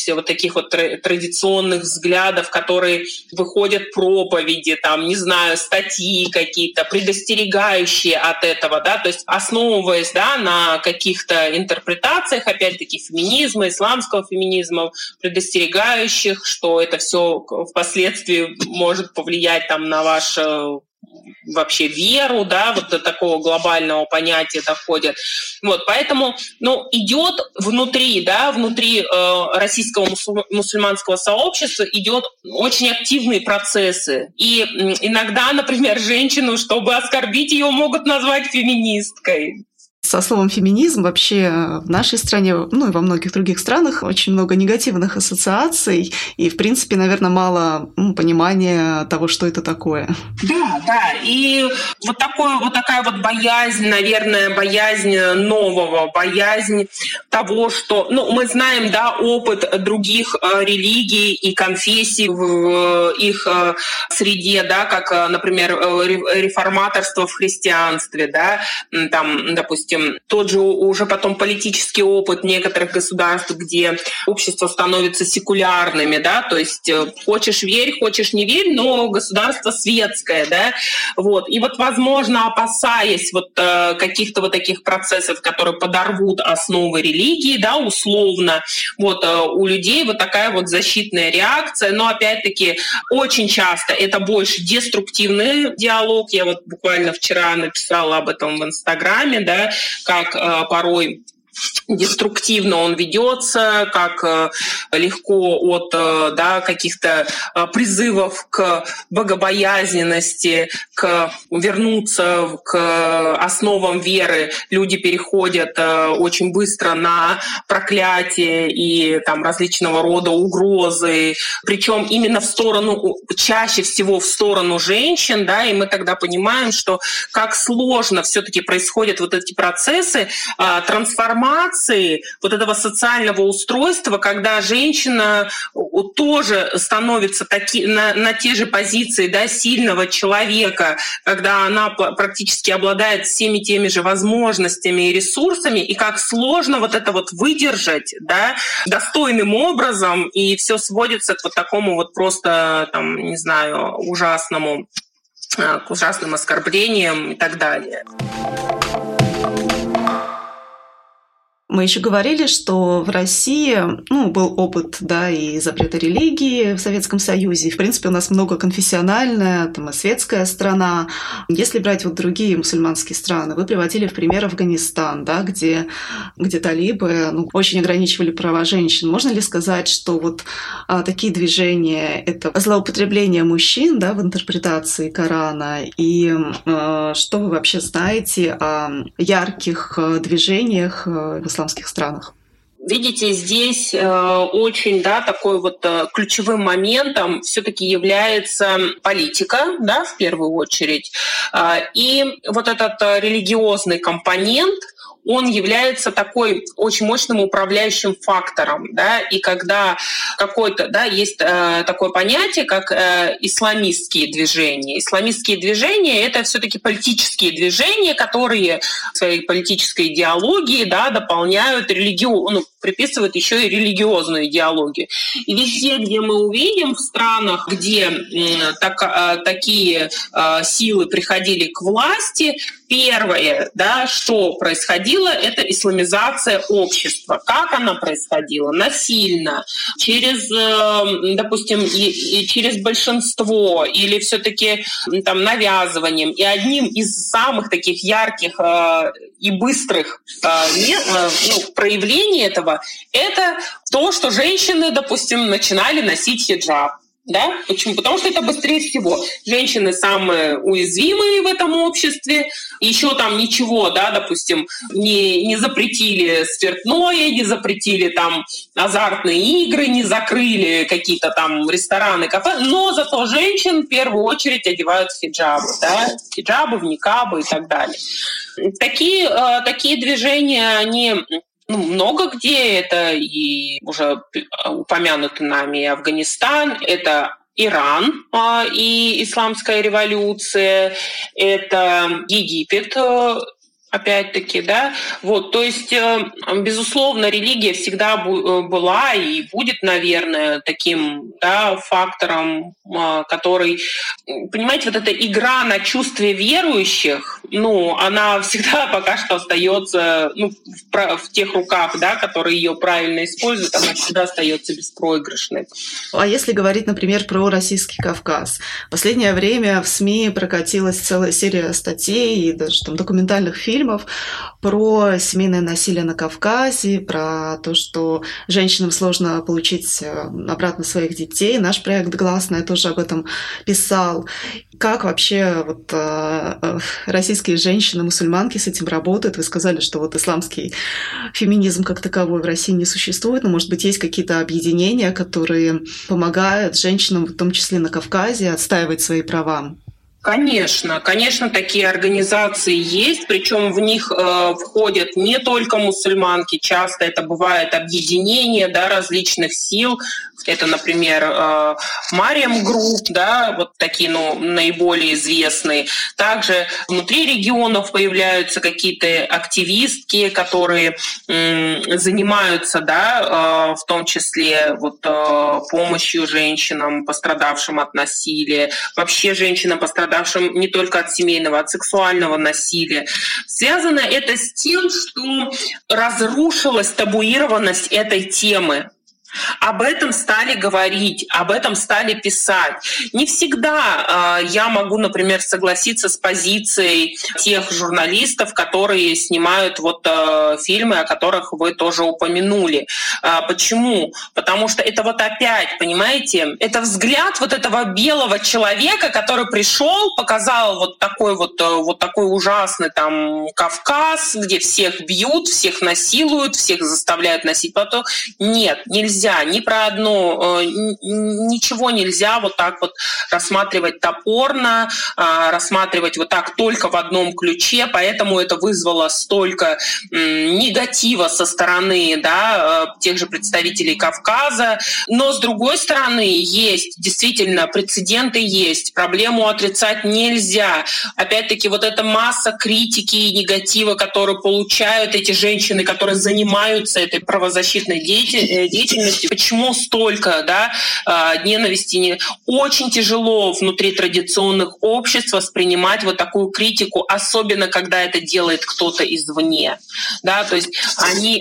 таких вот традиционных взглядов, которые выходят проповеди, там, не знаю, статьи какие-то, предостерегающие от этого, да, то есть основываясь, да, на каких-то интерпретациях, опять-таки, феминизма, исламского феминизма, предостерегающих, что это все впоследствии может повлиять там на ваше вообще веру, да, вот до такого глобального понятия доходят. Вот, поэтому, ну, идет внутри, да, внутри э, российского мусуль- мусульманского сообщества идет очень активные процессы. И иногда, например, женщину, чтобы оскорбить ее, могут назвать феминисткой. Со словом «феминизм» вообще в нашей стране, ну и во многих других странах очень много негативных ассоциаций и, в принципе, наверное, мало ну, понимания того, что это такое. Да, да, и вот, такое, вот такая вот боязнь, наверное, боязнь нового, боязнь того, что... Ну, мы знаем, да, опыт других э, религий и конфессий в э, их э, среде, да, как, э, например, э, реформаторство в христианстве, да, там, допустим, тот же уже потом политический опыт некоторых государств, где общество становится секулярными, да, то есть хочешь верь, хочешь не верь, но государство светское, да, вот. И вот, возможно, опасаясь вот э, каких-то вот таких процессов, которые подорвут основы религии, да, условно, вот э, у людей вот такая вот защитная реакция, но опять-таки очень часто это больше деструктивный диалог. Я вот буквально вчера написала об этом в Инстаграме, да, как э, порой деструктивно он ведется, как э, легко от э, да, каких-то э, призывов к богобоязненности, к вернуться к основам веры люди переходят э, очень быстро на проклятие и там различного рода угрозы, причем именно в сторону, чаще всего в сторону женщин, да, и мы тогда понимаем, что как сложно все-таки происходят вот эти процессы э, трансформации вот этого социального устройства, когда женщина тоже становится таки, на, на те же позиции, да, сильного человека, когда она практически обладает всеми теми же возможностями и ресурсами, и как сложно вот это вот выдержать, да, достойным образом, и все сводится к вот такому вот просто, там, не знаю, ужасному, к ужасным оскорблениям и так далее. Мы еще говорили, что в России ну, был опыт да, и запрета религии в Советском Союзе. И, в принципе, у нас многоконфессиональная, там, и светская страна. Если брать вот другие мусульманские страны, вы приводили в пример Афганистан, да, где, где талибы ну, очень ограничивали права женщин. Можно ли сказать, что вот а, такие движения — это злоупотребление мужчин да, в интерпретации Корана? И а, что вы вообще знаете о ярких движениях в исламских странах? Видите, здесь э, очень, да, такой вот э, ключевым моментом все-таки является политика, да, в первую очередь, э, и вот этот э, религиозный компонент, он является такой очень мощным управляющим фактором, да, и когда какой-то, да, есть э, такое понятие, как э, исламистские движения. Исламистские движения — это все-таки политические движения, которые в своей политической идеологии, да, дополняют религию, ну, приписывают еще и религиозную идеологию. И везде, где мы увидим в странах, где э, так, э, такие э, силы приходили к власти, первое, да, что происходило, это исламизация общества. Как она происходила? Насильно, через, допустим, и, и через большинство, или все-таки там навязыванием. И одним из самых таких ярких э, и быстрых э, не, э, ну, проявлений этого — это то, что женщины, допустим, начинали носить хиджаб. Да? Почему? Потому что это быстрее всего. Женщины самые уязвимые в этом обществе. Еще там ничего, да, допустим, не, не запретили спиртное, не запретили там азартные игры, не закрыли какие-то там рестораны, кафе. Но зато женщин в первую очередь одевают в хиджабы, да? Хиджабы, в никабы и так далее. Такие, э, такие движения, они... Ну, много где, это и уже упомянутый нами и Афганистан, это Иран э, и исламская революция, это Египет, э, Опять-таки, да, вот, то есть, безусловно, религия всегда была и будет, наверное, таким, да, фактором, который, понимаете, вот эта игра на чувстве верующих, ну, она всегда пока что остается, ну, в, в тех руках, да, которые ее правильно используют, она всегда остается беспроигрышной. А если говорить, например, про Российский Кавказ, в последнее время в СМИ прокатилась целая серия статей и даже там документальных фильмов про семейное насилие на Кавказе, про то, что женщинам сложно получить обратно своих детей. Наш проект «Гласная» тоже об этом писал. Как вообще вот, э, российские женщины-мусульманки с этим работают? Вы сказали, что вот исламский феминизм как таковой в России не существует, но, может быть, есть какие-то объединения, которые помогают женщинам, в том числе на Кавказе, отстаивать свои права? Конечно, конечно, такие организации есть, причем в них э, входят не только мусульманки, часто это бывает объединение, да, различных сил. Это, например, э, Мариам Групп, да, вот такие, ну, наиболее известные. Также внутри регионов появляются какие-то активистки, которые э, занимаются, да, э, в том числе вот, э, помощью женщинам, пострадавшим от насилия, вообще женщинам, пострадавшим не только от семейного, от сексуального насилия. Связано это с тем, что разрушилась табуированность этой темы. Об этом стали говорить, об этом стали писать. Не всегда э, я могу, например, согласиться с позицией тех журналистов, которые снимают вот э, фильмы, о которых вы тоже упомянули. Э, почему? Потому что это вот опять, понимаете, это взгляд вот этого белого человека, который пришел, показал вот такой вот, вот такой ужасный там Кавказ, где всех бьют, всех насилуют, всех заставляют носить платок. Нет, нельзя. Ни про одно, ничего нельзя вот так вот рассматривать топорно, рассматривать вот так только в одном ключе, поэтому это вызвало столько негатива со стороны, да, тех же представителей Кавказа. Но, с другой стороны, есть, действительно, прецеденты есть, проблему отрицать нельзя. Опять-таки, вот эта масса критики и негатива, которую получают эти женщины, которые занимаются этой правозащитной деятельностью, почему столько, да, ненависти? Очень тяжело внутри традиционных обществ воспринимать вот такую критику, особенно когда это делает кто-то извне. Да, то есть они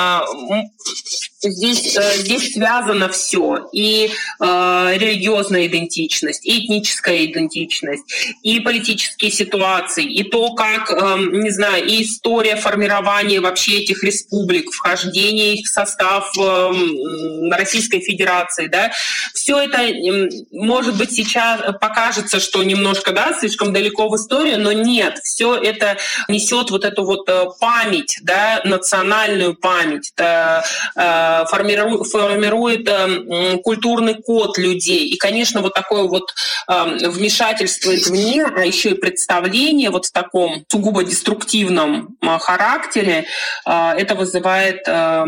здесь, здесь связано все. И э, религиозная идентичность, и этническая идентичность, и политические ситуации, и то, как, э, не знаю, и история формирования вообще этих республик, вхождение их в состав э, Российской Федерации, да, все это, может быть, сейчас покажется, что немножко, да, слишком далеко в историю, но нет, все это несет вот эту вот память, да, национальную память, да, формирует, формирует культурный код людей. И, конечно, вот такое вот вмешательство извне, а еще и представление вот в таком сугубо деструктивном характере, это вызывает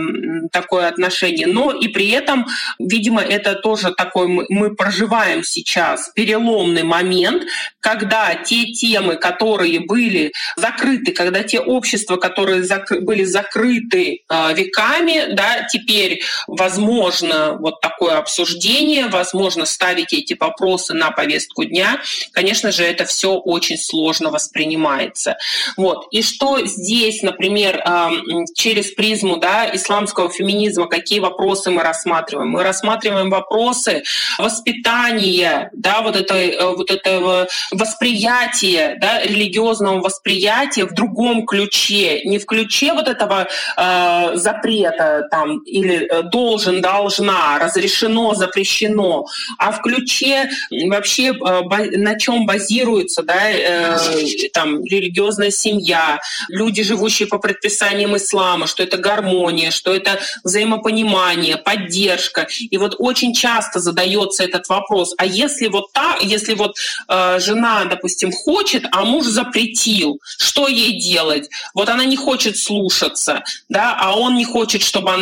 такое отношение. Но и при этом, видимо, это тоже такой, мы проживаем сейчас переломный момент, когда те темы, которые были закрыты, когда те общества, которые зак- были закрыты э, веками, да, теперь возможно вот такое обсуждение, возможно ставить эти вопросы на повестку дня. Конечно же, это все очень сложно воспринимается. Вот. И что здесь, например, э, через призму, да, исламского феминизма, какие вопросы мы рассматриваем? Мы рассматриваем вопросы воспитания, да, вот, это, вот этого восприятия, да, религиозного восприятия в другом ключе, не в ключе вот этого э, запрета там, или должен, должна, разрешено, запрещено, а в ключе вообще э, на чем базируется, да, э, там, религиозная семья, люди, живущие по предписаниям ислама, что это гармония, что это взаимопонимание, поддержка. И вот очень часто задается этот вопрос: а если вот так, если вот э, жена, допустим, хочет, а муж запретил, что ей делать? Вот она не хочет слушаться, да, а он не хочет, чтобы она делала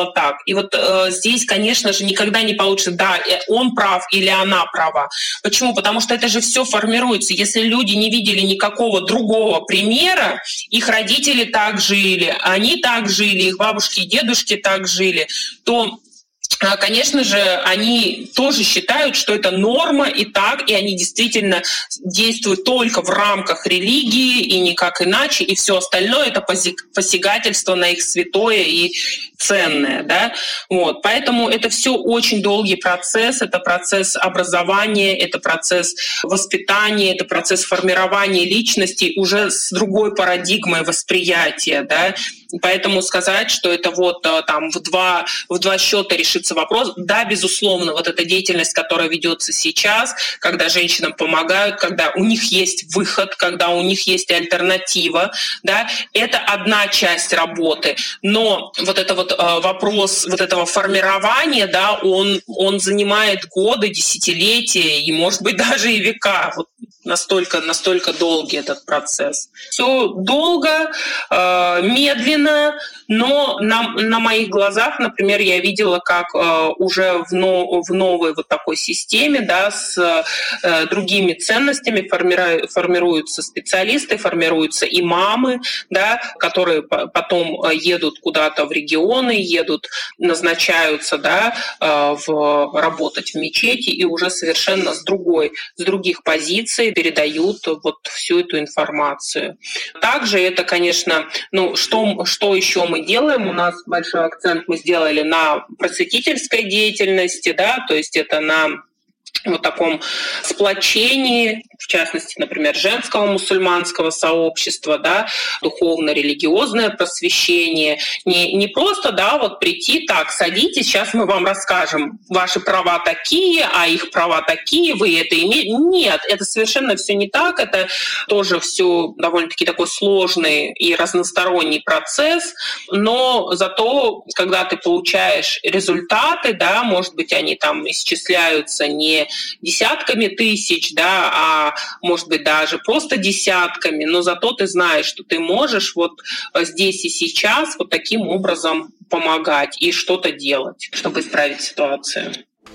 было так. И вот э, здесь, конечно же, никогда не получится, да, он прав или она права. Почему? Потому что это же все формируется. Если люди не видели никакого другого примера, их родители так жили, они так жили, их бабушки и дедушки так жили, то конечно же, они тоже считают, что это норма и так, и они действительно действуют только в рамках религии и никак иначе, и все остальное — это посягательство на их святое и ценное. Да? Вот. Поэтому это все очень долгий процесс, это процесс образования, это процесс воспитания, это процесс формирования личности уже с другой парадигмой восприятия. Да? Поэтому сказать, что это вот там в два, в два счета решится вопрос, да, безусловно, вот эта деятельность, которая ведется сейчас, когда женщинам помогают, когда у них есть выход, когда у них есть альтернатива, да, это одна часть работы. Но вот это вот вопрос вот этого формирования, да, он, он занимает годы, десятилетия и, может быть, даже и века. Вот настолько, настолько долгий этот процесс. Все долго, э, медленно, но на, на моих глазах, например, я видела, как э, уже в, но, в новой вот такой системе, да, с э, другими ценностями формиру, формируются специалисты, формируются имамы, да, которые потом едут куда-то в регионы, едут, назначаются, да, э, в, работать в мечети и уже совершенно с другой, с других позиций передают вот всю эту информацию. Также это, конечно, ну, что, что еще мы делаем? У нас большой акцент мы сделали на просветительской деятельности, да, то есть это на вот таком сплочении, в частности, например, женского мусульманского сообщества, да, духовно-религиозное просвещение. Не, не просто, да, вот прийти, так, садитесь, сейчас мы вам расскажем, ваши права такие, а их права такие, вы это имеете. Нет, это совершенно все не так, это тоже все довольно-таки такой сложный и разносторонний процесс, но зато, когда ты получаешь результаты, да, может быть, они там исчисляются не десятками тысяч, да, а может быть даже просто десятками, но зато ты знаешь, что ты можешь вот здесь и сейчас вот таким образом помогать и что-то делать, чтобы исправить ситуацию.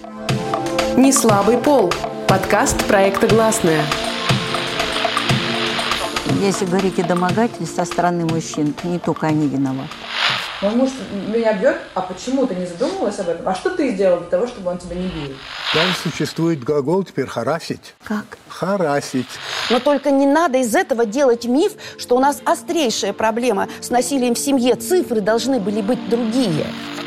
Не слабый пол. Подкаст проекта «Гласная». Если говорить о домогательстве со стороны мужчин, не только они виноваты. Мой муж меня бьет, а почему ты не задумывалась об этом? А что ты сделал для того, чтобы он тебя не бил? Там существует глагол теперь «харасить». Как? Харасить. Но только не надо из этого делать миф, что у нас острейшая проблема с насилием в семье. Цифры должны были быть другие.